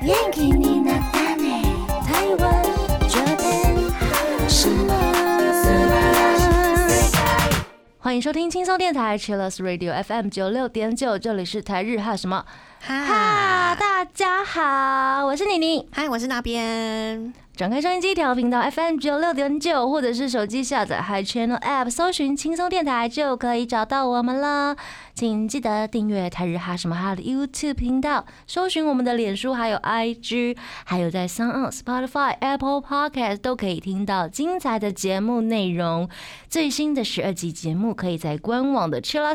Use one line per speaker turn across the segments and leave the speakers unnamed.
元気になったね台湾这边什么欢迎收听轻松电台 Chillus Radio FM 96.9，这里是台日哈什么哈，大家好，我是妮妮，
嗨，我是那边。
转开收音机调频道 FM 96.9，或者是手机下载 Hi Channel App， 搜寻轻松电台就可以找到我们了。请记得订阅台日哈什么哈的 YouTube 频道，搜寻我们的脸书还有 IG， 还有在 SoundOn、Spotify、Apple Podcast 都可以听到精彩的节目内容。最新的12集节目可以在官网的 Chillus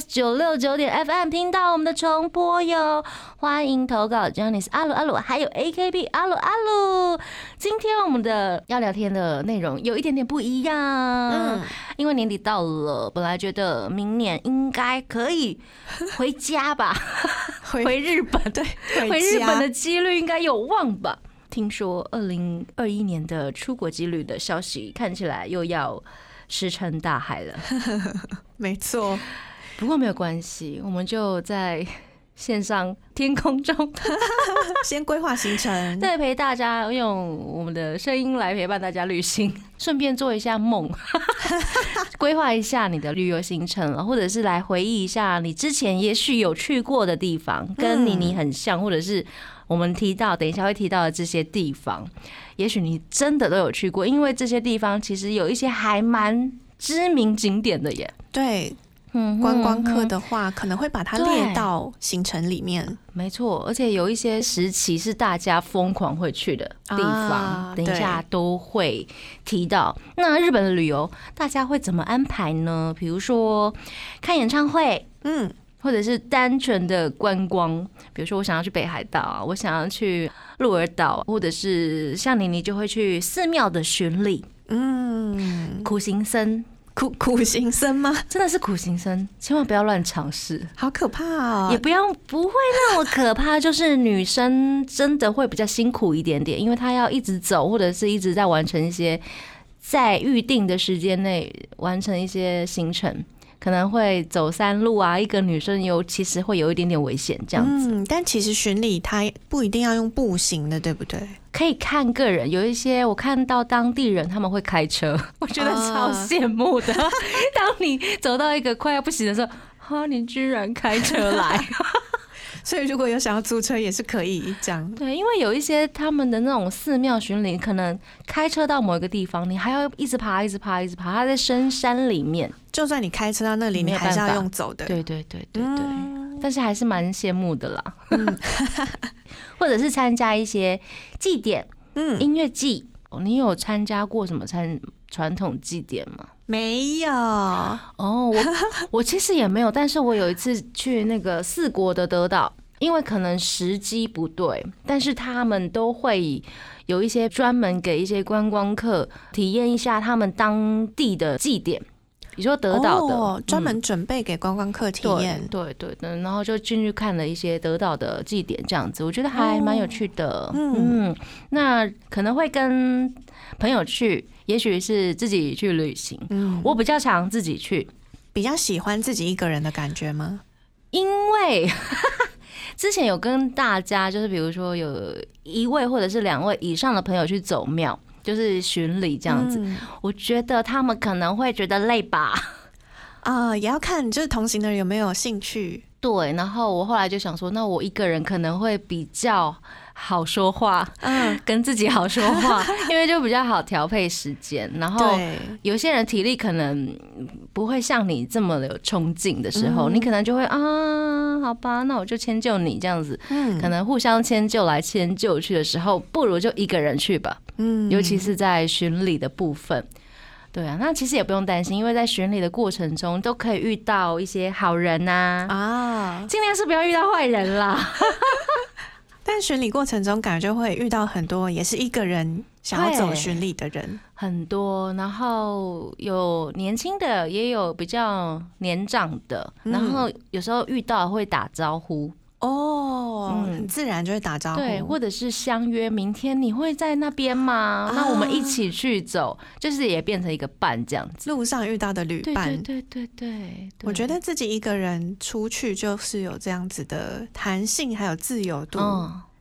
969.FM 听到我们的重播哟。欢迎投稿 Janice 阿鲁阿鲁，还有 AKB 阿鲁阿鲁。今天我们的要聊天的内容有一点点不一样，因为年底到了，本来觉得明年应该可以回家吧，回日本，对，回日本的几率应该有望吧。听说2021年的出国几率的消息看起来又要石沉大海了，
没错。
不过没有关系，我们就在线上天空中
先规划行程，
对，陪大家用我们的声音来陪伴大家旅行，顺便做一下梦，规划一下你的旅游行程了，或者是来回忆一下你之前也许有去过的地方，跟你很像，或者是我们等一下会提到的这些地方，也许你真的都有去过，因为这些地方其实有一些还蛮知名景点的耶。
对。观光客的话可能会把它列到行程里面，
没错，而且有一些时期是大家疯狂会去的地方，等一下都会提到。那日本的旅游大家会怎么安排呢？比如说看演唱会，或者是单纯的观光，比如说我想要去北海道，我想要去鹿儿岛，或者是像妮妮就会去寺庙的巡礼，苦行僧。
苦行僧吗？
真的是苦行僧，千万不要乱尝试，
好可怕哦！
也不会那么可怕，就是女生真的会比较辛苦一点点，因为她要一直走，或者是一直在完成一些在预定的时间内完成一些行程。可能会走山路啊，一个女生其实会有一点点危险这样子。
但其实巡礼它不一定要用步行的，对不对？
可以看个人，有一些我看到当地人他们会开车，我觉得超羡慕的。当你走到一个快要不行的时候，你居然开车来。
所以如果有想要租车也是可以这样。
对，因为有一些他们的那种寺庙巡礼，可能开车到某一个地方，你还要一直爬，它在深山里面。
就算你开车到那里，你还是要用走的。
对，但是还是蛮羡慕的啦。或者是参加一些祭典，音乐祭。你有参加过什么传统祭典吗？
没有
哦，我其实也没有，但是我有一次去那个四国的德岛，因为可能时机不对，但是他们都会有一些专门给一些观光客体验一下他们当地的祭典。你说德岛的
专门准备给观光客体验，
对，然后就进去看了一些德岛的祭典，这样子我觉得还蛮有趣的。那可能会跟朋友去，也许是自己去旅行。我比较常自己去，
比较喜欢自己一个人的感觉吗？
因为之前有跟大家，就是比如说有1位或者是2位以上的朋友去走庙。就是巡礼这样子，我觉得他们可能会觉得累吧。
也要看就是同行的人有没有兴趣。
对，然后我后来就想说，那我一个人可能会比较好说话，跟自己好说话，因为就比较好调配时间。然后有些人体力可能不会像你这么有冲劲的时候，你可能就会好吧，那我就迁就你这样子。可能互相迁就来迁就去的时候，不如就一个人去吧。尤其是在巡礼的部分。对啊，那其实也不用担心，因为在巡礼的过程中都可以遇到一些好人尽量是不要遇到坏人啦。
但巡礼过程中感觉就会遇到很多也是一个人想要走巡礼的人，
很多，然后有年轻的也有比较年长的，然后有时候遇到会打招呼。
很自然就会打招呼，
对，或者是相约明天你会在那边吗？那我们一起去走，就是也变成一个伴这样子。
路上遇到的旅伴，
对，
我觉得自己一个人出去就是有这样子的弹性还有自由度，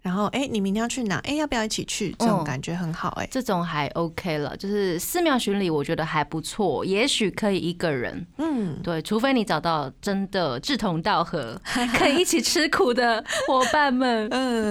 然后你明天要去哪？要不要一起去？这种感觉很好
这种还 OK 了，就是寺庙巡礼，我觉得还不错，也许可以一个人，对，除非你找到真的志同道合，可以一起吃苦的伙伴们，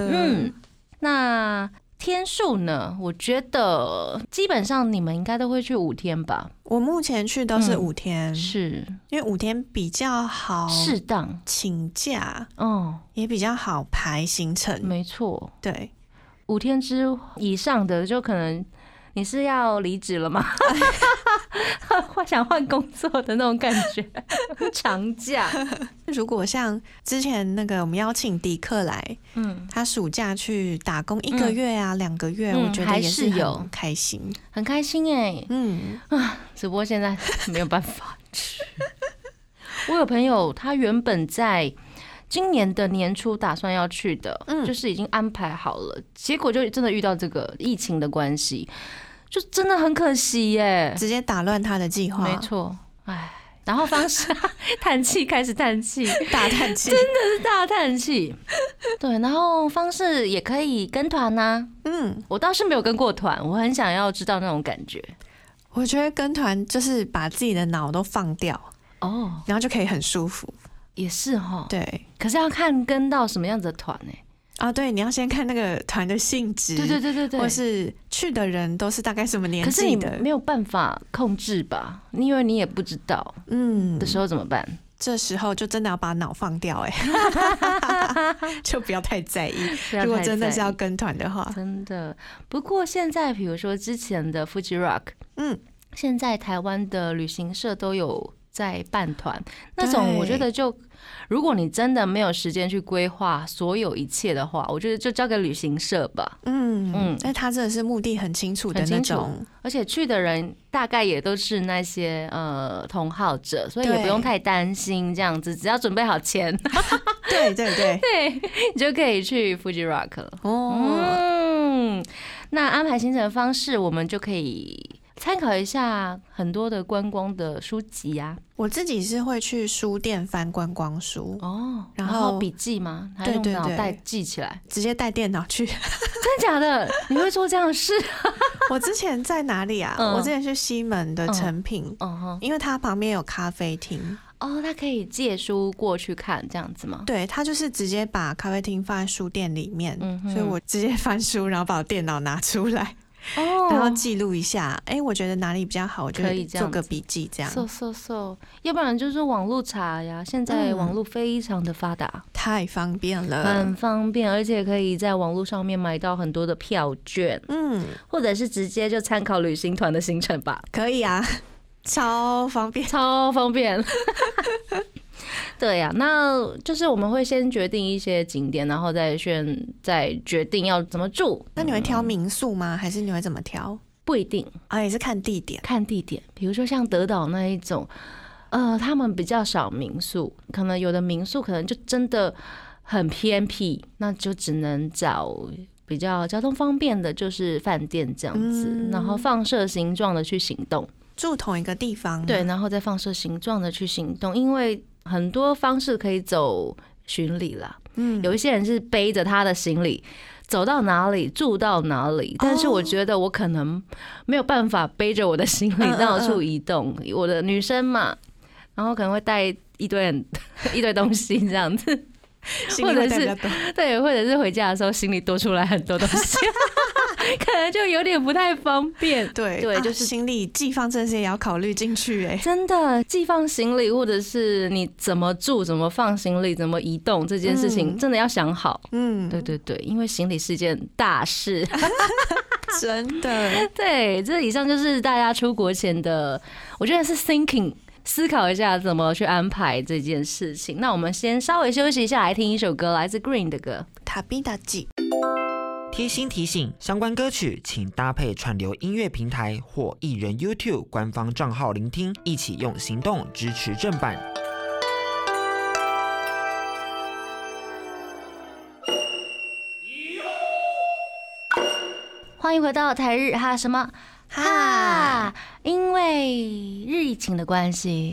那天数呢？我觉得基本上你们应该都会去5天吧。
我目前去都是5天，
是
因为5天比较好
适当
请假，也比较好排行程。
没错，
对
，5天之以上的就可能你是要离职了吗？想换工作的那种感觉，长假。
如果像之前那个我们邀请迪克来，他暑假去打工1个月啊2个月，我觉得也是很开心，
很开心只不过现在没有办法去。我有朋友，他原本在今年的年初打算要去的，就是已经安排好了，结果就真的遇到这个疫情的关系。就真的很可惜耶，
直接打乱他的计划。
没错，哎，然后方式叹气，开始叹气，
大叹气，
真的是大叹气。对，然后方式也可以跟团呐。我倒是没有跟过团，我很想要知道那种感觉。
我觉得跟团就是把自己的脑都放掉然后就可以很舒服。
也是齁，
对，
可是要看跟到什么样子的团
对，你要先看那个团的性质，对，或是去的人都是大概什么年纪的，
可是你没有办法控制吧？因为你也不知道，的时候怎么办？
这时候就真的要把脑放掉，就不要太在意。如果真的是要跟团的话，
真的。不过现在，比如说之前的 Fuji Rock，现在台湾的旅行社都有在办团，那种我觉得就。如果你真的没有时间去规划所有一切的话，我觉得就交给旅行社吧。
但他真的是目的很清楚的那种，
而且去的人大概也都是那些同好者，所以也不用太担心这样子，只要准备好钱，对，你就可以去 Fuji Rock 了。那安排行程的方式，我们就可以参考一下很多的观光的书籍啊。
我自己是会去书店翻观光书
然后笔记吗？还用脑袋记起来？
直接带电脑去？真
的假的？你会做这样的事？
我之前在哪里啊？我之前去西门的诚品，因为它旁边有咖啡厅。
他可以借书过去看这样子吗？
对，他就是直接把咖啡厅放在书店里面，所以我直接翻书，然后把我电脑拿出来。然后记录一下，我觉得哪里比较好，我就做个笔记这样。
要不然就是网络查呀，现在网络非常的发达，
太方便了，
很方便，而且可以在网络上面买到很多的票券，或者是直接就参考旅行团的行程吧。
可以啊，超方便，
超方便。对呀，那就是我们会先决定一些景点，然后再决定要怎么住。
那你会挑民宿吗？还是你会怎么挑？
不一定
也是看地点。
比如说像德岛那一种，他们比较少民宿，可能有的民宿可能就真的很偏僻，那就只能找比较交通方便的，就是饭店这样子，然后放射形状的去行动。
住同一个地方，
对，然后再放射形状的去行动，因为很多方式可以走巡礼啦。有一些人是背着他的行李走到哪里住到哪里，但是我觉得我可能没有办法背着我的行李到处移动，我的女生嘛，然后可能会带一堆东西这样子，或者是回家的时候行李多出来很多东西。可能就有点不太方便，
对，就是行李寄放这些也要考虑进去，
真的寄放行李或者是你怎么住、怎么放行李、怎么移动这件事情，真的要想好。对，因为行李是件大事，
真的。
对，这以上就是大家出国前的，我觉得是 思考一下怎么去安排这件事情。那我们先稍微休息一下，来听一首歌，来自 Green 的歌《
塔比达吉》。
贴心提醒：相关歌曲请搭配串流音乐平台或艺人 YouTube 官方账号聆听，一起用行动支持正版。
欢迎回到台日哈什么哈，因为疫情的关系。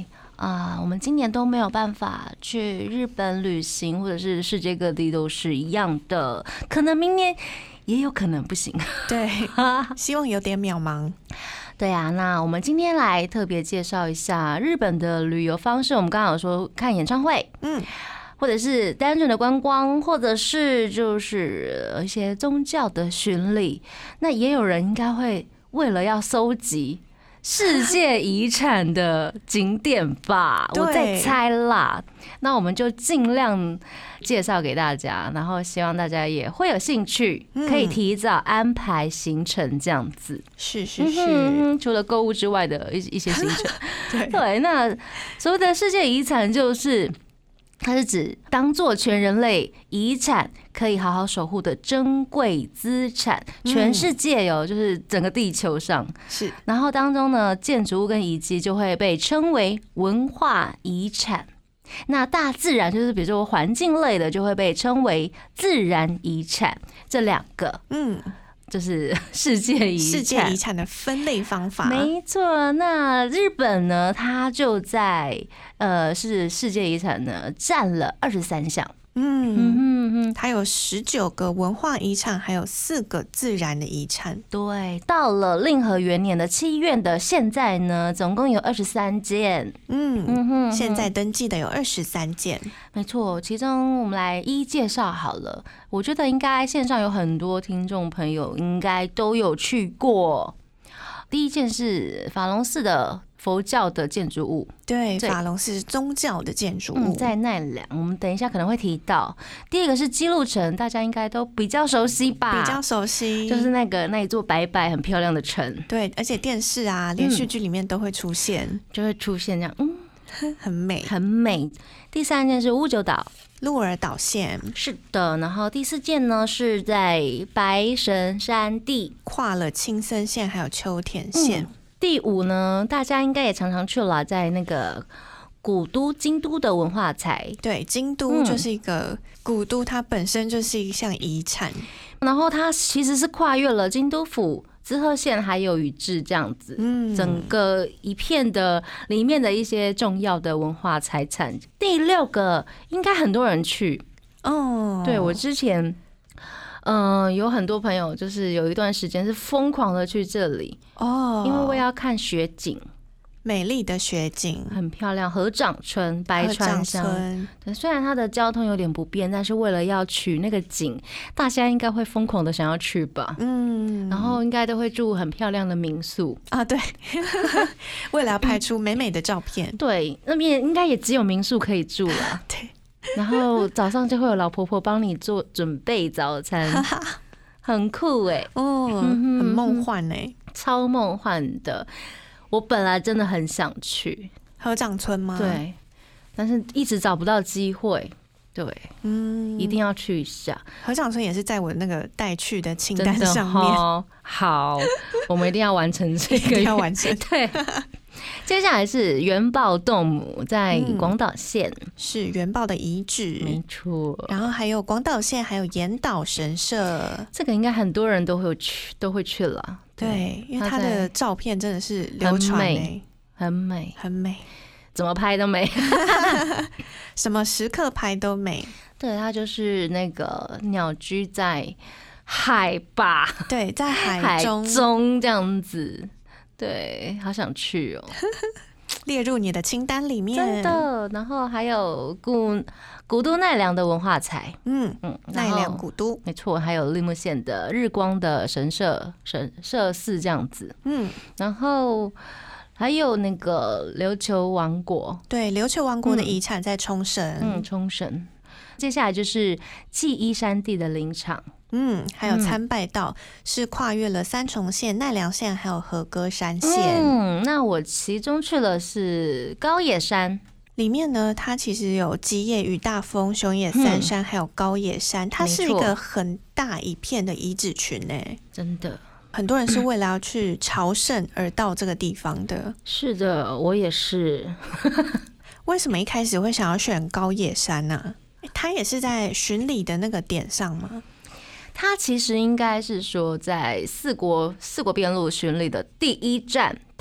我们今年都没有办法去日本旅行，或者是世界各地都是一样的，可能明年也有可能不行。
对，希望有点渺茫。
对啊，那我们今天来特别介绍一下日本的旅游方式。我们刚刚有说看演唱会，或者是单纯的观光，或者是就是一些宗教的巡礼。那也有人应该会为了要搜集世界遗产的景点吧，我在猜啦。那我们就尽量介绍给大家，然后希望大家也会有兴趣，可以提早安排行程这样子。
是，
除了购物之外的一些行程。对，那所谓的世界遗产就是它是指当作全人类遗产可以好好守护的珍贵资产，全世界就是整个地球上
是。
然后当中呢，建筑物跟遗迹就会被称为文化遗产。那大自然就是比如说环境类的，就会被称为自然遗产。这两个，就是世界遗
产的分类方法。
没错，那日本呢，它就在是世界遗产呢占了23项。
它有19个文化遗产，还有4个自然的遗产。
对，到了令和元年的7月的现在呢，总共有23件。
现在登记的有23件。
没错，其中我们来一一介绍好了。我觉得应该线上有很多听众朋友应该都有去过。第一件是法隆寺的佛教的建筑物。
对，法隆寺是宗教的建筑物，
在奈良，我们等一下可能会提到。第二个是姬路城，大家应该都比较熟悉吧？
比较熟悉，
就是那一座白白很漂亮的城。
对，而且电视啊、连续剧里面都会出现，
就会出现这样，
很美，
很美。第三件是屋久岛。
鹿儿岛县，
是的，然后第4件呢是在白神山地，
跨了青森县还有秋田县。
第5呢，大家应该也常常去了，在那个古都京都的文化财。
对，京都就是一个古都，它本身就是一项遗产，
然后它其实是跨越了京都府、滋贺县还有宇治这样子，整个一片的里面的一些重要的文化财产。第6个应该很多人去对，我之前有很多朋友就是有一段时间是疯狂的去这里因为我要看雪景。
美丽的雪景
很漂亮，合掌村、白川乡。对，虽然它的交通有点不便，但是为了要取那个景，大家应该会疯狂的想要去吧。然后应该都会住很漂亮的民宿
啊，对，为了要拍出美美的照片。
对，那边应该也只有民宿可以住了。
对，
然后早上就会有老婆婆帮你准备早餐，很酷
很梦幻
超梦幻的。我本来真的很想去
合掌村吗？
对，但是一直找不到机会。对，一定要去一下。
合掌村也是在我那个带去的清单上面。
好，我们一定要完成这个，
一定要完成。
对，接下来是原爆洞母，在广岛县，
是原爆的遗址，
没错。
然后还有广岛县，还有岩岛神社，
这个应该很多人都会去了。
对，因为它的照片真的是流传
很美，
很美，
怎么拍都美，
什么时刻拍都美。
对，它就是那个鸟居在海吧，
对，在海
中这样子。对，好想去
列入你的清单里面。
真的，然后还有古都奈良的文化财，
奈良古都，
没错，还有立木县的日光的神社寺这样子，然后还有那个琉球王国，
对，琉球王国的遗产在冲绳，
冲绳。接下来就是纪伊山地的林场。
还有参拜道，是跨越了三重县、奈良县还有和歌山县。
那我其中去了是高野山。
里面呢，它其实有吉野与大峰、熊野三山，还有高野山，它是一个很大一片的遗址群
真的，
很多人是为了要去朝圣而到这个地方的。
是的，我也是。
为什么一开始会想要选高野山呢？它也是在巡礼的那个点上吗？它
其实应该是说在四国边路巡礼的第一站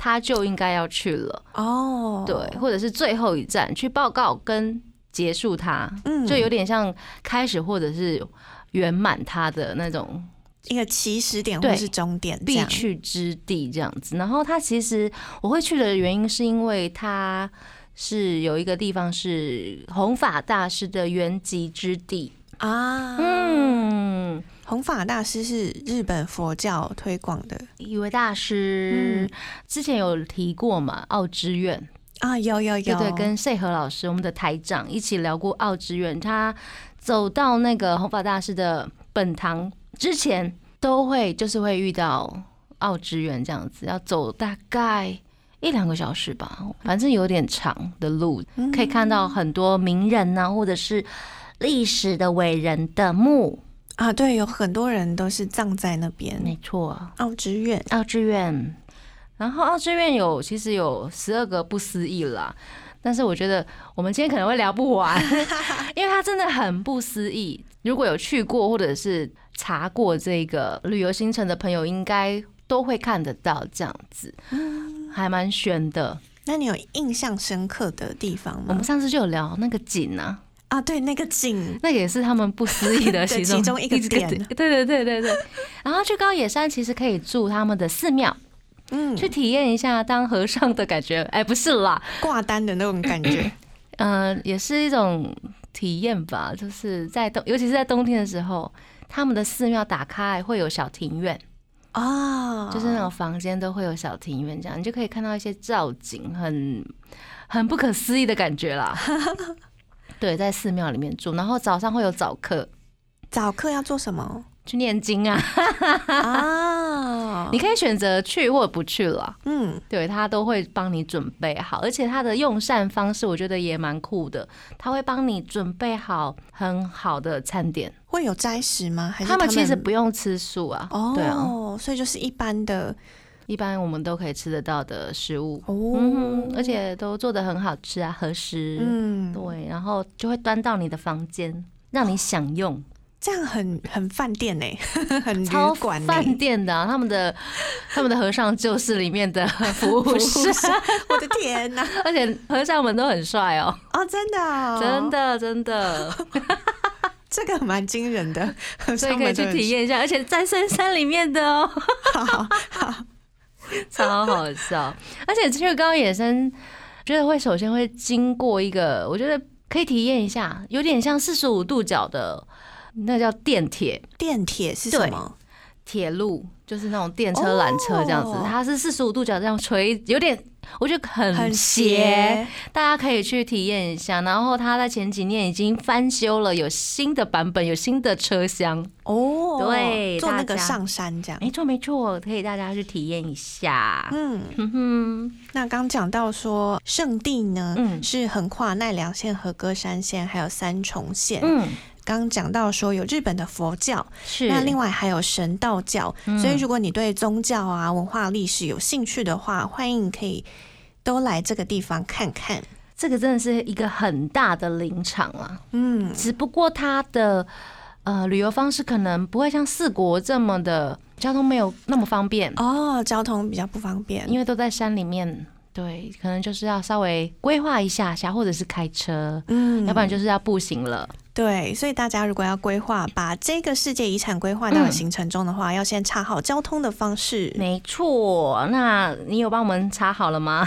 他就应该要去了哦，对，或者是最后一站去报告跟结束它，就有点像开始或者是圆满它的那种
一个起始点或是终点
必去之地这样子。然后它其实我会去的原因是因为它是有一个地方是弘法大师的圆寂之地啊。
弘法大师是日本佛教推广的
一位大师，之前有提过嘛，奥之院
啊，有，
对，跟穗和老师我们的台长一起聊过奥之院。他走到那个弘法大师的本堂之前，都会遇到奥之院这样子，要走大概1-2个小时吧，反正有点长的路，可以看到很多名人啊，或者是历史的伟人的墓
啊。对，有很多人都是葬在那边，
没错，
奥之院。
然后奥之院其实有12个不思议啦，但是我觉得我们今天可能会聊不完，因为它真的很不思议。如果有去过或者是查过这个旅游行程的朋友，应该都会看得到这样子，还蛮悬的。
那你有印象深刻的地方吗？
我们上次就有聊那个景啊，
对，那个景，
那也是他们不思议的其
中一个点。
对。然后去高野山其实可以住他们的寺庙。去体验一下当和尚的感觉，不是啦，
挂单的那种感觉，
也是一种体验吧。就是尤其是在冬天的时候，他们的寺庙打开会有小庭院就是那种房间都会有小庭院，这样你就可以看到一些造景，很不可思议的感觉啦。对，在寺庙里面住，然后早上会有早课。
早课要做什么？
去念经啊！你可以选择去或者不去了。对，他都会帮你准备好，而且他的用膳方式我觉得也蛮酷的，他会帮你准备好很好的餐点。
会有斋食吗？还是
他们其实不用吃素啊？对啊，
所以就是一般
我们都可以吃得到的食物而且都做得很好吃啊，和食。对，然后就会端到你的房间让你享用。
这样很饭店呢，很旅馆呢，
饭店的他们的和尚就是里面的服务生。
我的天哪！
而且和尚们都很帅哦。
真的
真的，
这个蛮惊人的，
所以可以去体验一下，而且在深山里面的哦。好，超好笑。而且去高野山，觉得首先会经过一个，我觉得可以体验一下，有点像45度角的。那叫电铁。
电铁是什么？
铁路，就是那种电车、缆车这样子，它是45度角这样垂，有点我觉得很斜，大家可以去体验一下。然后它在前几年已经翻修了，有新的版本，有新的车厢对，
坐那个上山这样，
没错，可以大家去体验一下。
那刚讲到说圣地呢，是横跨奈良县、和歌山县还有三重县。刚讲到说有日本的佛教，那另外还有神道教，所以如果你对宗教啊、文化历史有兴趣的话，欢迎可以都来这个地方看看。
这个真的是一个很大的林场啊，只不过它的旅游方式可能不会像四国这么的交通没有那么方便
交通比较不方便，
因为都在山里面。对，可能就是要稍微规划一下，或者是开车，要不然就是要步行了。
对，所以大家如果要规划，把这个世界遗产规划到行程中的话，要先查好交通的方式。
没错，那你有帮我们查好了吗？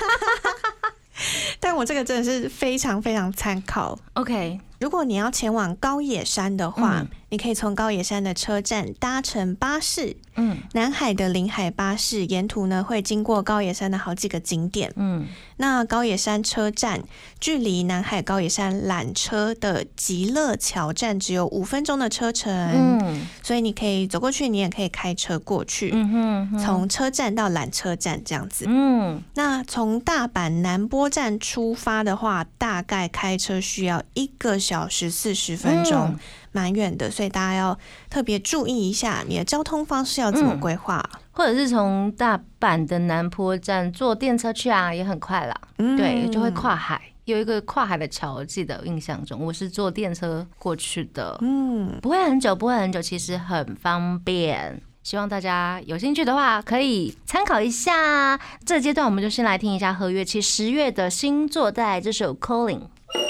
但我这个真的是非常非常参考。
OK，
如果你要前往高野山的话，你可以从高野山的车站搭乘巴士，南海的临海巴士沿途呢会经过高野山的好几个景点。那高野山车站距离南海高野山缆车的极乐桥站只有5分钟的车程，所以你可以走过去，你也可以开车过去，从车站到缆车站这样子。那从大阪南波站出发的话，大概开车需要1个小时40分钟，蛮远的，所以大家要特别注意一下你的交通方式要怎么规划。
或者是从大阪的南波站坐电车去啊，也很快啦。对，就会跨海，有一个跨海的桥，我记得印象中我是坐电车过去的。不会很久，其实很方便。 希望大家有兴趣的话可以参考一下。这个阶段我们就先来听一下和乐器10月的新作，带来这首 Calling。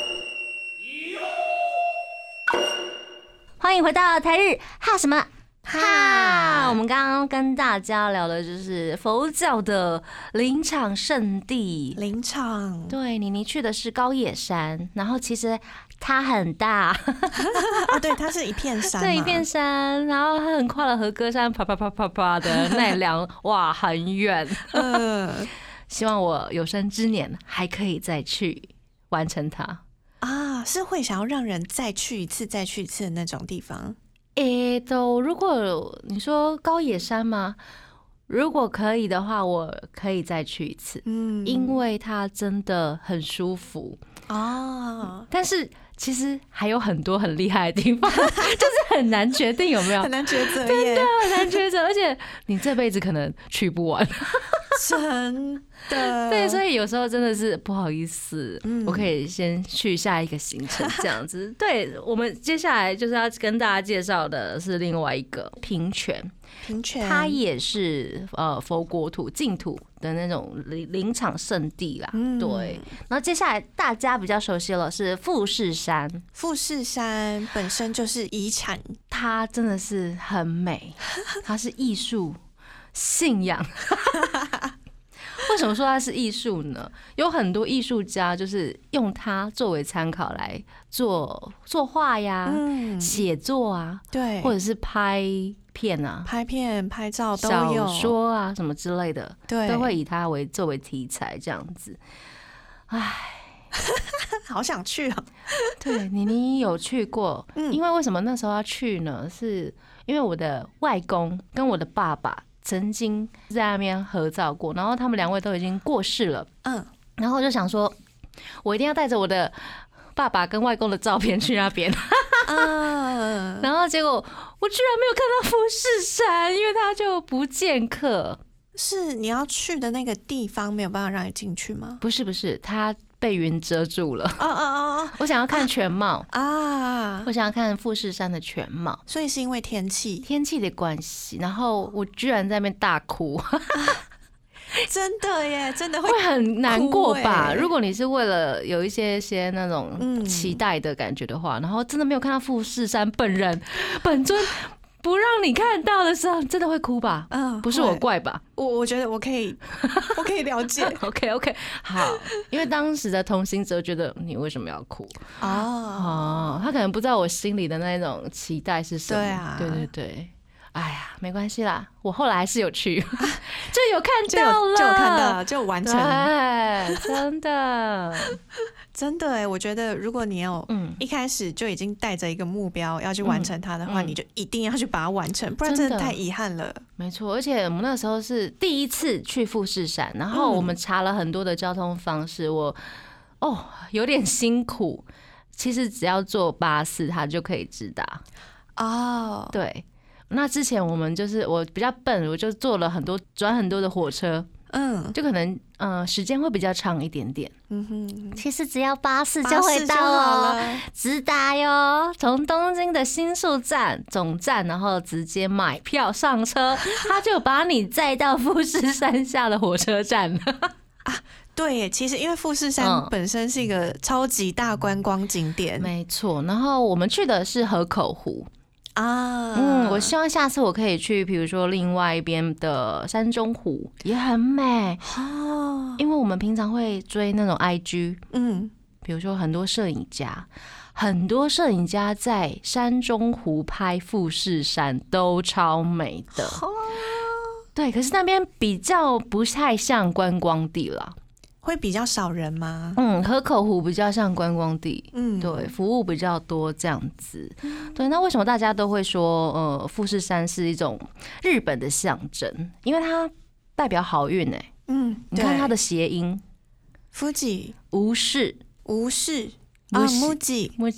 欢迎回到台日哈什么哈，我们刚刚跟大家聊的就是佛教的林场圣地。
林场，
对，妮妮去的是高野山，然后其实它很大
啊，对，它是一片山，
对，一片山，然后它横跨了和歌山，啪啪啪啪啪的奈良，哇，很远。希望我有生之年还可以再去完成它
啊，是会想要让人再去一次、再去一次的那种地方。
如果你说高野山吗？如果可以的话，我可以再去一次，因为它真的很舒服哦。但是其实还有很多很厉害的地方，就是很难决定，有没有？
很难抉择耶，
真的很难抉择，而且你这辈子可能去不完，
真的。
对，所以有时候真的是不好意思，我可以先去下一个行程这样子。对，我们接下来就是要跟大家介绍的是另外一个平泉。它也是佛国土净土的那种林场圣地啦，对。然后接下来大家比较熟悉了是富士山，
富士山本身就是遗产，
它真的是很美，它是艺术信仰。为什么说它是艺术呢？有很多艺术家就是用它作为参考来作画呀、写作啊，
对，
或者是拍片啊、
拍片、拍照都有，
小说啊什么之类的，
对，
都会以它作为题材这样子。唉，
好想去啊！
对，你有去过？因为为什么那时候要去呢？是因为我的外公跟我的爸爸曾经在那边合照过，然后他们2位都已经过世了。然后我就想说，我一定要带着我的爸爸跟外公的照片去那边。然后结果我居然没有看到富士山，因为它就不见客。
是你要去的那个地方没有办法让你进去吗？
不是，它被云遮住了。我想要看全貌啊！我想要看富士山的全貌，
所以是因为天气
的关系。然后我居然在那边大哭。
真的耶，真的会
很难过吧？如果你是为了有一些那种期待的感觉的话，然后真的没有看到富士山本尊不让你看到的时候，真的会哭吧？不是我怪吧？
我觉得我可以了解。
OK， 好，因为当时的同行者觉得你为什么要哭？他可能不知道我心里的那种期待是什么。对
啊，
对。哎呀，没关系啦，我后来还是有去，就有看到了，
就有看到，就完成。
对，真的，
真的哎，我觉得如果你有一开始就已经带着一个目标要去完成它的话，你就一定要去把它完成，不然真的太遗憾了。
没错，而且我们那时候是第一次去富士山，然后我们查了很多的交通方式，有点辛苦。其实只要坐巴士，它就可以直达。对。那之前我们就是我比较笨，我就坐了转很多的火车，就可能时间会比较长一点点。其实只要巴士就会到了，直达哟。从东京的新宿站总站，然后直接买票上车，他就把你载到富士山下的火车站了。
对耶，其实因为富士山本身是一个超级大观光景点，
没错。然后我们去的是河口湖。我希望下次我可以去，比如说另外一边的山中湖也很美因为我们平常会追那种 IG，比如说很多摄影家在山中湖拍富士山都超美的，对，可是那边比较不太像观光地啦。
会比较少人吗？
河口湖比较像观光地，对，服务比较多这样子。对，那为什么大家都会说，富士山是一种日本的象征？因为它代表好运你看它的谐音，
富士
无事
木吉
木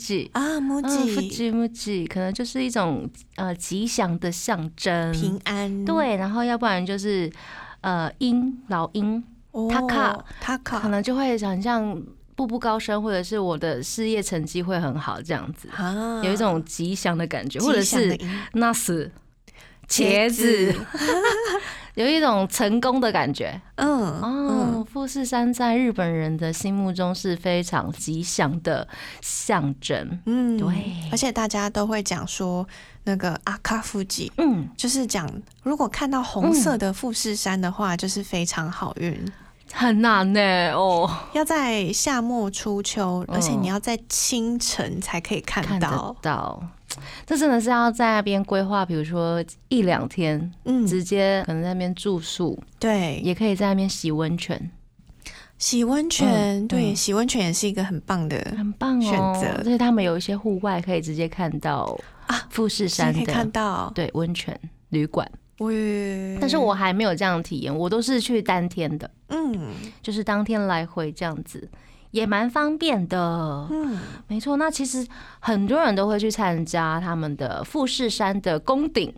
吉，可能就是一种吉祥的象征，
平安。对，
然后要不然就是老鹰。他卡可能就会很像步步高升，或者是我的事业成绩会很好这样子，有一种吉祥的感觉，或者是 NAS 茄子，有一种成功的感觉。富士山在日本人的心目中是非常吉祥的象征。对，
而且大家都会讲说那个阿卡富吉，就是讲如果看到红色的富士山的话，就是非常好运。
很难呢
要在夏末初秋，而且你要在清晨才可以看到。
这真的是要在那边规划，比如说1-2天，直接可能在那边住宿，
对，
也可以在那边洗温泉。
洗温泉，对，洗温泉也是一个很棒的选择。
而且他们有一些户外可以直接看到富士山的，
可以看到
对温泉旅馆。但是我还没有这样体验，我都是去单天的，就是当天来回这样子，也蛮方便的。没错。那其实很多人都会去参加他们的富士山的攻顶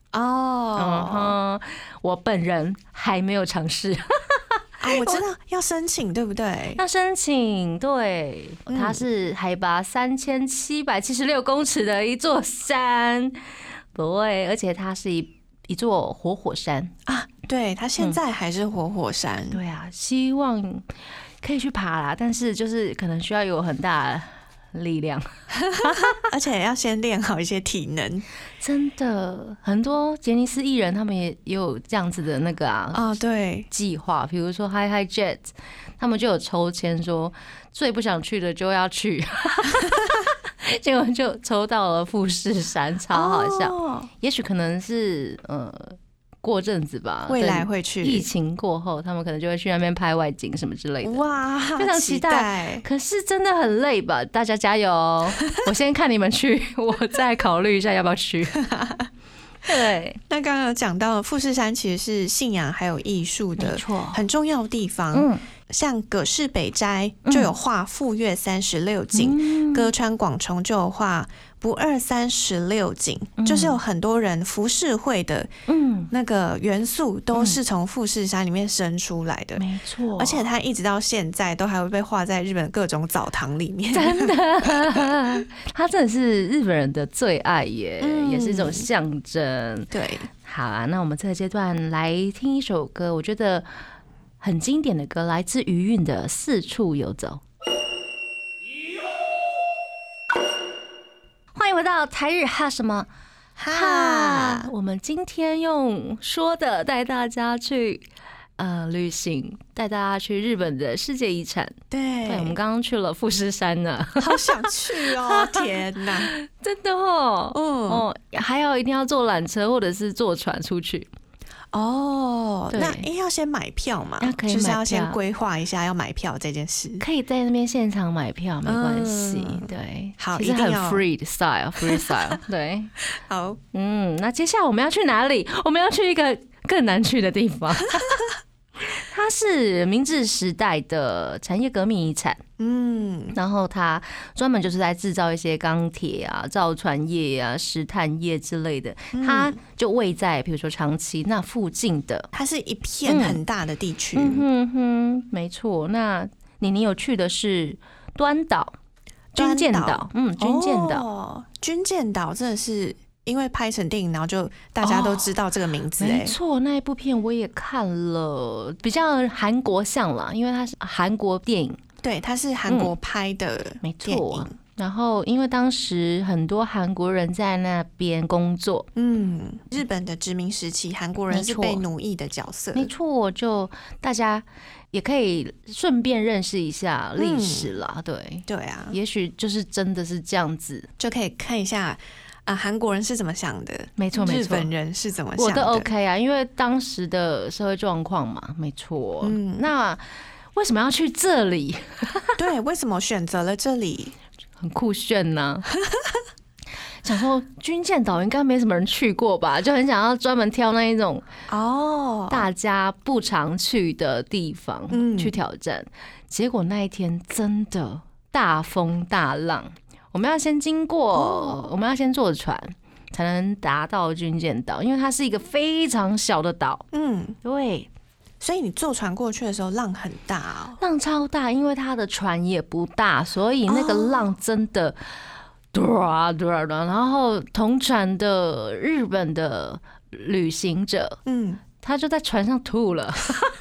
我本人还没有尝试。
我知道要申请，对不对？
要申请，对，它是海拔3776公尺的一座山，对，而且它是一座活火山
对，它现在还是活火山。
对啊，希望可以去爬啦，但是就是可能需要有很大的力量，
而且要先练好一些体能。
真的，很多杰尼斯艺人他们也有这样子的那个
对，
计划，比如说 HiHiJet， 他们就有抽签说最不想去的就要去。结果就抽到了富士山，超好笑。也许可能是过阵子吧，
未来会去。
疫情过后，他们可能就会去那边拍外景什么之类的。
哇，
非常期待。可是真的很累吧？大家加油！我先看你们去，我再考虑一下要不要去。对，
那刚刚有讲到富士山其实是信仰还有艺术的很重要的地方。像葛饰北斋就有画富岳36景，歌川广重就有画不二36景，就是有很多人浮世绘的那个元素都是从富士山里面生出来的。
没错，
而且它一直到现在都还会被画在日本各种澡堂里面。
真的，它真的是日本人的最爱耶，也是一种象征。
对，
好啊，那我们这个阶段来听一首歌，我觉得很经典的歌，来自余韵的《四处游走》。欢迎回到台日哈什么哈，我们今天用说的带大家去旅行，带大家去日本的世界遗产。对，我们刚刚去了富士山呢，
好想去哦！天哪，
真的哦，还有一定要坐缆车或者是坐船出去。
那要先买票嘛？就是要先规划一下要买票这件事。
可以在那边现场买票，没关系。对，
好，
其实很 free style。对，
好，
那接下来我们要去哪里？我们要去一个更难去的地方。它是明治时代的产业革命遗产，然后它专门就是在制造一些钢铁啊、造船业啊、石炭业之类的，它就位在比如说长崎那附近的，
它是一片很大的地区。
没错。那你有去的是端岛、军舰岛，军舰岛，
军舰岛真的是。因为拍成电影，然后就大家都知道这个名字。
没错，那一部片我也看了，比较韩国像啦，因为它是韩国电影。
对，它是韩国拍的
没错。然后因为当时很多韩国人在那边工作，
日本的殖民时期，韩国人是被奴役的角色。
没错，就大家也可以顺便认识一下历史啦。对
啊，
也许就是真的是这样子，
就可以看一下。韩国人是怎么想的？
没错，
日本人是怎么想的？
我都 OK 啊，因为当时的社会状况嘛，没错。那为什么要去这里？
对，为什么选择了这里？
很酷炫呢。想说军舰岛应该没什么人去过吧，就很想要专门挑那一种大家不常去的地方去挑战。结果那一天真的大风大浪。我们要先经过，我们要先坐船才能达到军舰岛，因为它是一个非常小的岛。对，
所以你坐船过去的时候浪很大
浪超大，因为它的船也不大，所以那个浪真的然后同船的日本的旅行者，他就在船上吐了。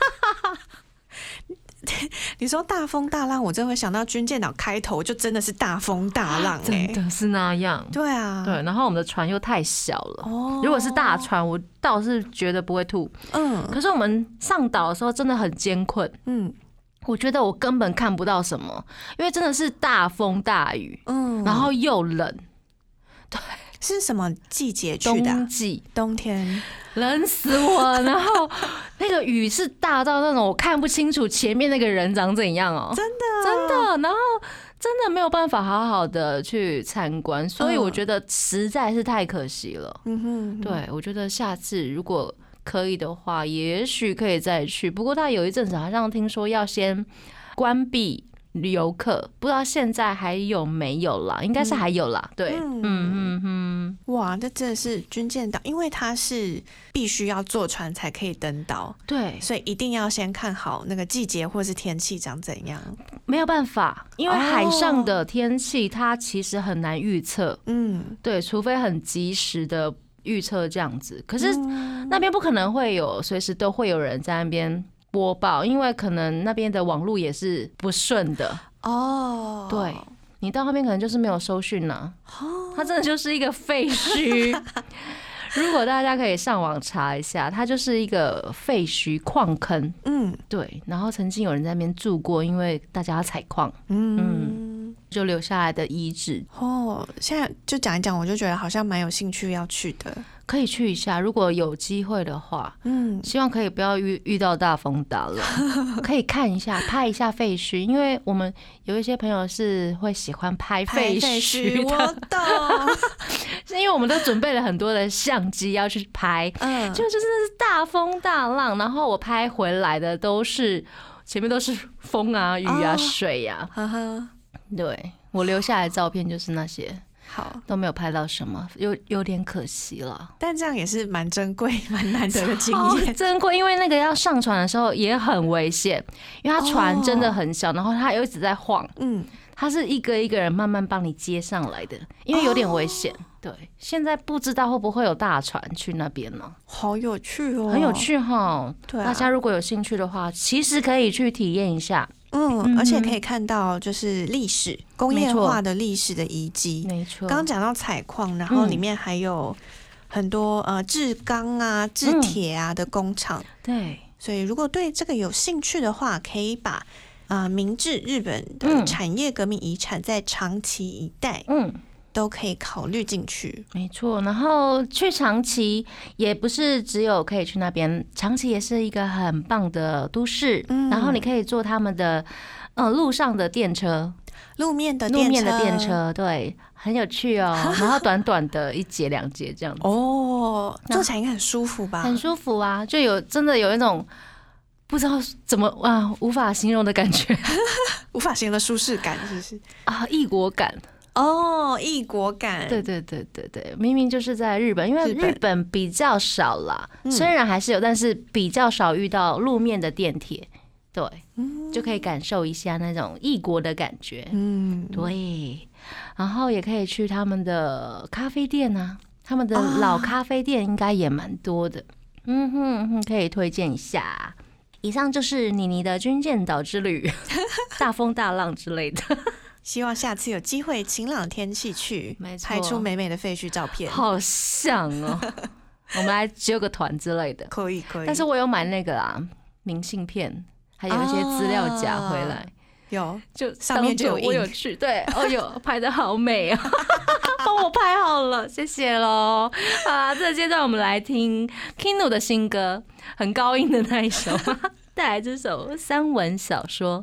你说大风大浪，我真的会想到军舰岛开头就真的是大风大浪，
真的是那样。
对啊，
对，然后我们的船又太小了，如果是大船，我倒是觉得不会吐。可是我们上岛的时候真的很艰困。我觉得我根本看不到什么，因为真的是大风大雨，然后又冷。对，
是什么季节去的？冬天，
冷死我！然后那个雨是大到那种我看不清楚前面那个人长怎样哦，
真的，
然后真的没有办法好好的去参观，所以我觉得实在是太可惜了。对，我觉得下次如果可以的话，也许可以再去。不过他有一阵子好像听说要先关闭游客，不知道现在还有没有啦？应该是还有啦。对，
哇，这真的是军舰岛，因为它是必须要坐船才可以登岛，
对，
所以一定要先看好那个季节或是天气长怎样。
没有办法，因为海上的天气它其实很难预测。对，除非很及时的预测这样子。可是那边不可能会有随时都会有人在那边播报，因为可能那边的网络也是不顺的。对，你到那边可能就是没有收讯呢。它真的就是一个废墟。如果大家可以上网查一下，它就是一个废墟矿坑。对，然后曾经有人在那边住过，因为大家要采矿。就留下来的遗址。
现在就讲一讲，我就觉得好像蛮有兴趣要去的。
可以去一下，如果有机会的话，希望可以不要遇到大风大浪，可以看一下、拍一下废墟，因为我们有一些朋友是会喜欢拍废墟的，
我懂，
是因为我们都准备了很多的相机要去拍，就真的是大风大浪，然后我拍回来的都是前面都是风啊、雨啊、水啊，对，我留下来的照片就是那些。好，都没有拍到什么，有点可惜了。
但这样也是蛮珍贵、蛮难得的经验。
珍贵，因为那个要上船的时候也很危险，因为它船真的很小，然后它又一直在晃。它是一个一个人慢慢帮你接上来的，因为有点危险。对，现在不知道会不会有大船去那边呢？
好有趣哦，
很有趣哈。对，大家如果有兴趣的话，其实可以去体验一下。
而且可以看到就是历史工业化的历史的遗迹。没错，刚刚讲到采矿，然后里面还有很多制钢啊、制铁啊的工厂。对，所以如果对这个有兴趣的话，可以把明治日本的产业革命遗产在长崎一带，都可以考虑进去。没错，然后去长崎也不是只有可以去那边，长崎也是一个很棒的都市。然后你可以坐他们的路上的电车，路面的电车，对，很有趣哦。然后短短的1节2节这样子。坐起来应该很舒服吧？很舒服啊，就真的有一种不知道怎么无法形容的感觉，无法形容的舒适感，是不是异国感。异国感，对，明明就是在日本，因为日本比较少啦，虽然还是有，但是比较少遇到路面的电铁，对，就可以感受一下那种异国的感觉，对，然后也可以去他们的咖啡店啊，他们的老咖啡店应该也蛮多的，可以推荐一下。以上就是妮妮的军舰岛之旅，大风大浪之类的。希望下次有机会晴朗天气去，拍出美美的废墟照片。好像哦，我们来揪个团之类的，可以。但是我有买那个啦，明信片，还有一些资料夹回来。有，就上面就有印。我有去，对，拍得好美啊，帮我拍好了，谢谢咯。好啦，这个阶段我们来听 Kinu 的新歌，很高音的那一首，带来这首散文小说。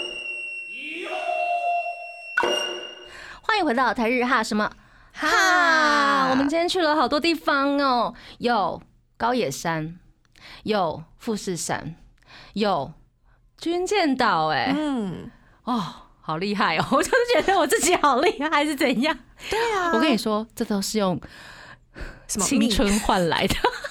欢迎回到台日哈什么哈？我们今天去了好多地方哦，有高野山，有富士山，有军舰岛，好厉害哦！我就是觉得我自己好厉害，还是怎样？对啊，我跟你说，这都是用青春换来的。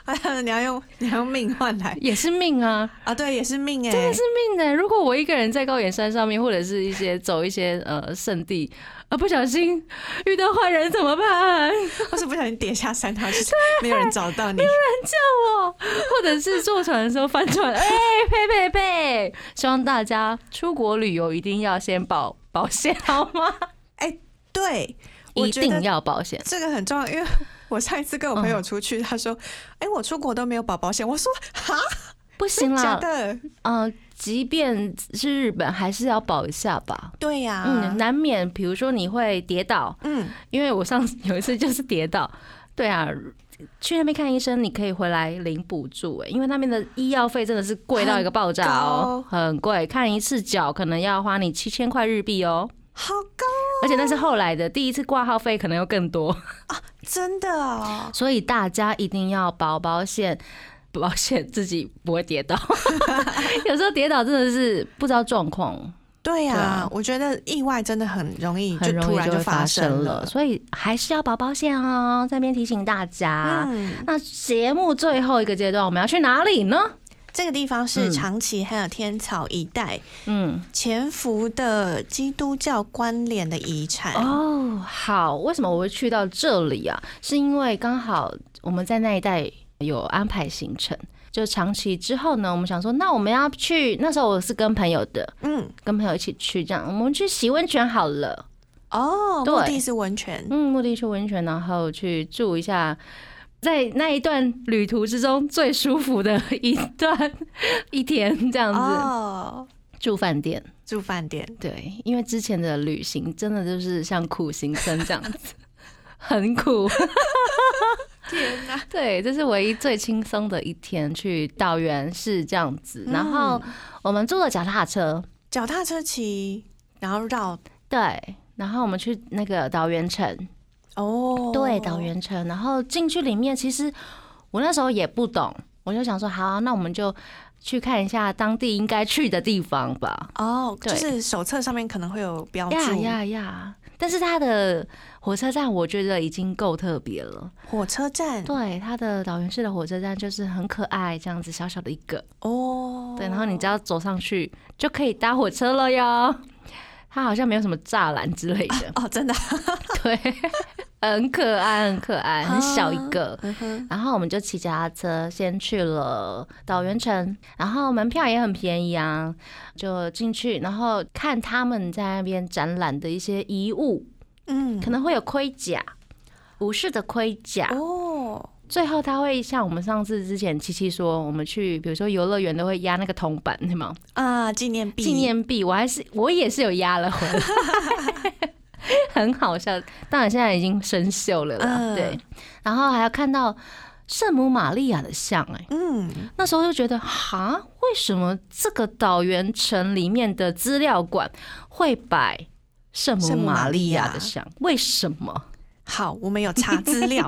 你要用命换来，
也是命啊！
对，也是命
真的是命的。如果我一个人在高野山上面，或者是走一些圣地，不小心遇到坏人怎么办？
或是不小心跌下山，然后就是没有人找到你，
没有人救我，或者是坐船的时候翻船，呸！希望大家出国旅游一定要先保险，好吗？
对，
一定要保险，
这个很重要，因为我上一次跟我朋友出去，他说：“我出国都没有保保险。”我说：“哈，
不行啦，
假的。”
即便是日本，还是要保一下吧。
对呀，
难免，比如说你会跌倒，因为我上次有一次就是跌倒，对啊。去那边看医生，你可以回来领补助，因为那边的医药费真的是贵到一个爆炸哦，很贵，看一次脚可能要花你7000块日币哦，
好高哦！
而且那是后来的，第一次挂号费可能又更多
啊，真的哦。
所以大家一定要保险自己不会跌倒，有时候跌倒真的是不知道状况。
对呀，我觉得意外真的很容易就突然就发生了，
所以还是要保险哦。在这边提醒大家。那节目最后一个阶段我们要去哪里呢？
这个地方是长崎还有天草一带，潜伏的基督教关联的遗产。
好，为什么我会去到这里啊？是因为刚好我们在那一带有安排行程。就长崎之后呢，我们想说，那我们要去，那时候我是跟朋友的，跟朋友一起去，这样我们去洗温泉好了。
目的是温泉，
目的是温泉，然后去住一下，在那一段旅途之中最舒服的一天，这样子。住饭店，对，因为之前的旅行真的就是像苦行僧这样子，很苦。
天哪！
对，这是唯一最轻松的一天，去岛原是这样子。然后我们租了脚踏车
骑，然后绕。
对，然后我们去那个岛原城。对，岛原城。然后进去里面，其实我那时候也不懂，我就想说，好，那我们就去看一下当地应该去的地方吧。
就是手册上面可能会有标注。
但是它的火车站我觉得已经够特别了。
火车站，
对，它的岛原市的火车站就是很可爱，这样子小小的一个。对，然后你只要走上去就可以搭火车了哟。它好像没有什么栅栏之类的。
真的？
对，很可爱，很小一个。然后我们就骑脚踏车先去了岛原城，然后门票也很便宜啊，就进去，然后看他们在那边展览的一些遗物，可能会有盔甲，武士的盔甲。最后他会像我们上次之前七七说，我们去比如说游乐园都会压那个铜板，对吗？
纪念币，
我也是有压了回来。很好笑，当然现在已经生锈了啦。对，然后还要看到圣母玛利亚的像，那时候就觉得，为什么这个岛原城里面的资料馆会摆圣母玛利亚的像？为什么？
好，我们有查资料。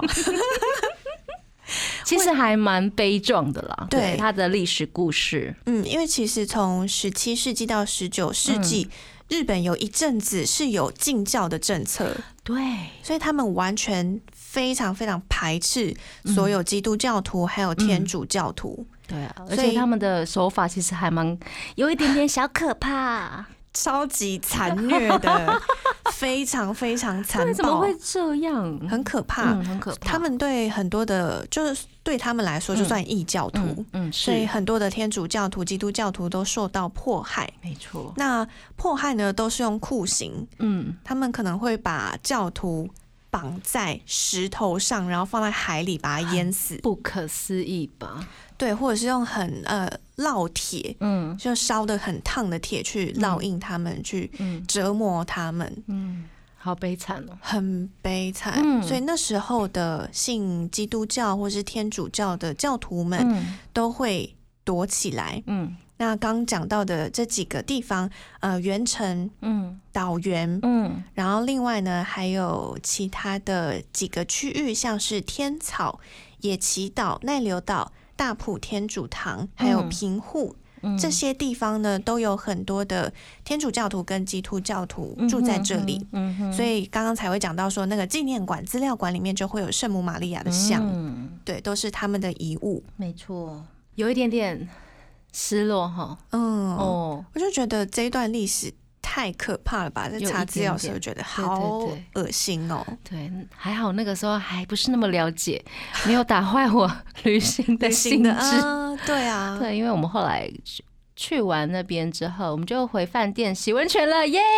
其实还蛮悲壮的啦，对它的历史故事。
因为其实从17世纪到19世纪，日本有一阵子是有禁教的政策，
对，
所以他们完全非常非常排斥所有基督教徒还有天主教徒。
对啊，而且他们的手法其实还有一点点小可怕。
超级残虐的，非常非常残暴。
怎么会这样？
很可怕，
很可怕。
他们对很多的，就是对他们来说，就算异教徒，所以很多的天主教徒、基督教徒都受到迫害。
没错。
那迫害呢，都是用酷刑。他们可能会把教徒绑在石头上，然后放在海里把它淹死。
不可思议吧？
对，或者是用很烙铁，就烧的很烫的铁去烙印他们，去折磨他们，
好悲惨哦，
很悲惨。所以那时候的信基督教或是天主教的教徒们都会躲起来。那刚讲到的这几个地方，原城、岛原，然后另外呢还有其他的几个区域，像是天草、野崎岛、奈留岛、大埔天主堂，还有平户， 这些地方呢都有很多的天主教徒跟基督教徒住在这里，所以刚刚才会讲到说那个纪念馆资料馆里面就会有圣母玛利亚的像，对，都是他们的遗物。
没错，有一点点失落哈。
我就觉得这一段历史太可怕了吧！在查资料的时候觉得好恶心哦。
对，还好那个时候还不是那么了解，没有打坏我旅行的兴致。
对啊，
对，因为我们后来去完那边之后，我们就回饭店洗温泉了，耶！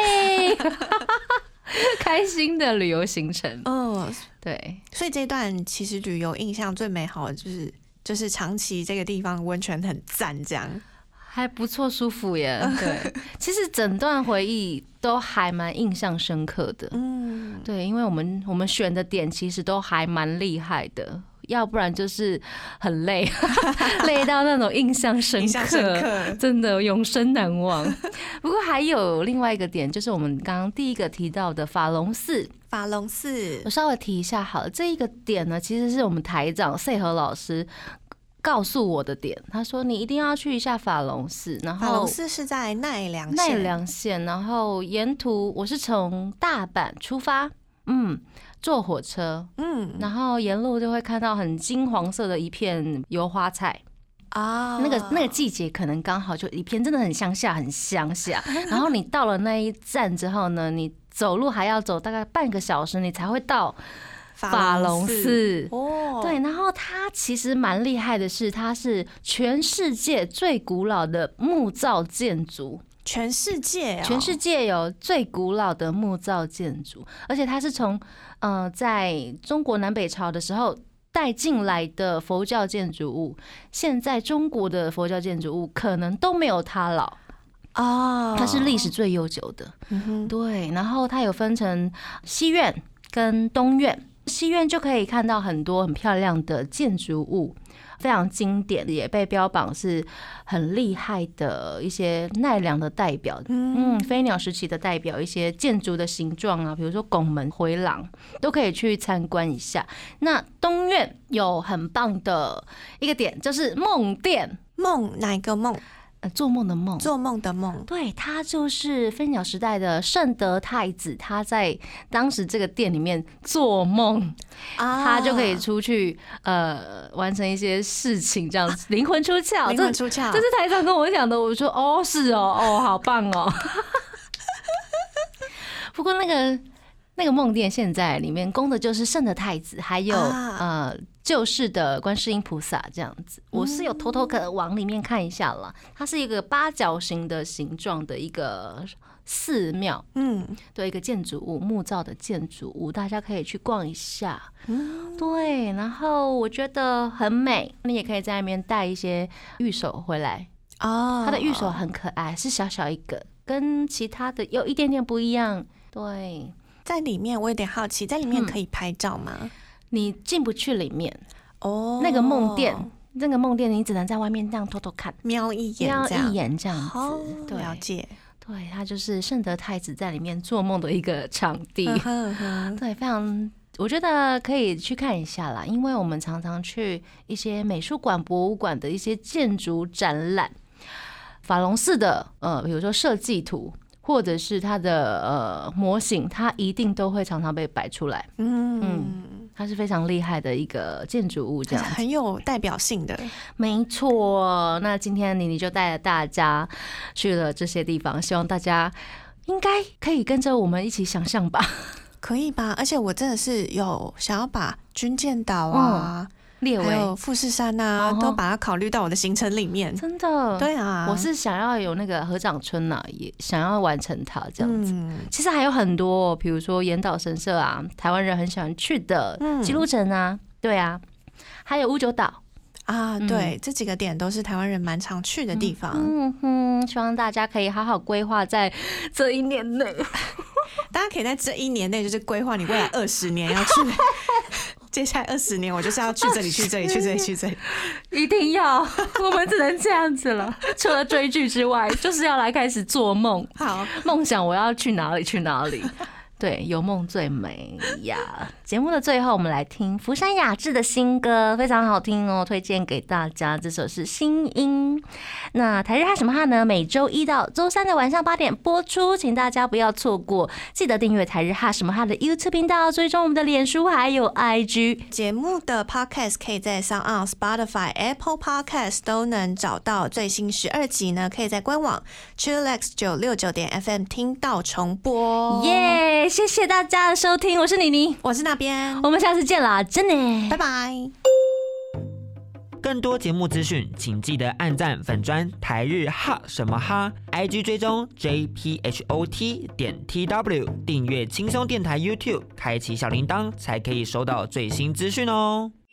开心的旅游行程。对，
所以这段其实旅游印象最美好的就是长崎这个地方温泉很赞，这样。
还不错，舒服耶。对，其实整段回忆都还蛮印象深刻的。对，因为我们选的点其实都还蛮厉害的，要不然就是很累，累到那种印象深刻，真的永生难忘。不过还有另外一个点，就是我们刚刚第一个提到的法隆寺。我稍微提一下好了，这一个点呢，其实是我们台长赛和老师告诉我的点，他说你一定要去一下法隆寺，然后
法隆寺是在奈良
县，然后沿途我是从大阪出发，坐火车，然后沿路就会看到很金黄色的一片油花菜。那个季节可能刚好就一片，真的很乡下，很乡下。然后你到了那一站之后呢，你走路还要走大概半个小时，你才会到法隆寺。对，然后它其实蛮厉害的是，它是全世界最古老的木造建筑。
全世界
有最古老的木造建筑，而且它是从在中国南北朝的时候带进来的佛教建筑物，现在中国的佛教建筑物可能都没有它老。它是历史最悠久的。对，然后它有分成西院跟东院，西院就可以看到很多很漂亮的建筑物，非常经典，也被标榜是很厉害的一些奈良的代表，飞鸟时期的代表，一些建筑的形状啊，比如说拱门、回廊，都可以去参观一下。那东院有很棒的一个点，就是梦殿。
哪一个梦？
做梦的梦，
做梦的梦。
对，他就是飞鸟时代的圣德太子，他在当时这个殿里面做梦，他就可以出去完成一些事情，这样子灵魂出窍。
灵魂出窍，
这是台长跟我讲的。我说是好棒哦。不过那个梦殿现在里面供的就是圣德太子，还有旧式的观世音菩萨这样子。我是有偷偷往里面看一下了，它是一个八角形的形状的一个寺庙，对，一个建筑物，木造的建筑物，大家可以去逛一下。对，然后我觉得很美，你也可以在那边带一些玉手回来。它的玉手很可爱，是小小一个，跟其他的有一点点不一样。对，
在里面我有点好奇，在里面可以拍照吗？
你进不去里面那个梦殿，你只能在外面这样偷偷看，
瞄一眼这样子。对，了解。
对，它就是圣德太子在里面做梦的一个场地。对，非常，我觉得可以去看一下啦，因为我们常常去一些美术馆、博物馆的一些建筑展览，法隆寺的比如说设计图，或者是它的模型，它一定都会常常被摆出来。它是非常厉害的一个建筑物，这样
很有代表性的。
没错，那今天妮妮就带着大家去了这些地方，希望大家应该可以跟着我们一起想象吧。
可以吧？而且我真的是有想要把军舰岛啊。列为还有富士山啊，都把它考虑到我的行程里面。真的？对啊，
我是想要有那个合掌村啊，也想要完成它这样子。其实还有很多，比如说岩岛神社啊，台湾人很喜欢去的，姬路城啊，对啊，还有屋久岛
啊，对，这几个点都是台湾人蛮常去的地方。
希望大家可以好好规划在这一年内。
大家可以在这一年内就是规划你未来20年要去。接下来20年，我就是要去这里，去这里，去这里，去这里，
一定要！我们只能这样子了。除了追剧之外，就是要来开始做梦。好，梦想我要去哪里，去哪里。 对，有梦最美呀。节目的最后，我们来听福山雅治的新歌，非常好听哦，推荐给大家。这首是《新音》。那台日哈什么哈呢？每周一到周三的晚上8点播出，请大家不要错过。记得订阅台日哈什么哈的 YouTube 频道，追踪我们的脸书还有 IG。
节目的 Podcast 可以在 SoundOn、Spotify、Apple Podcast 都能找到。最新12集呢，可以在官网 chillax969.fm 听到重播。
耶！谢谢大家的收听，我是妮妮，
我是那边，
我们下次见啦，真的，
拜拜。
更多节目资讯，请记得按赞粉专台日哈什么哈 ，IG 追踪 JPHOT.TW， 订阅轻松电台 YouTube， 开启小铃铛才可以收到最新资讯哦。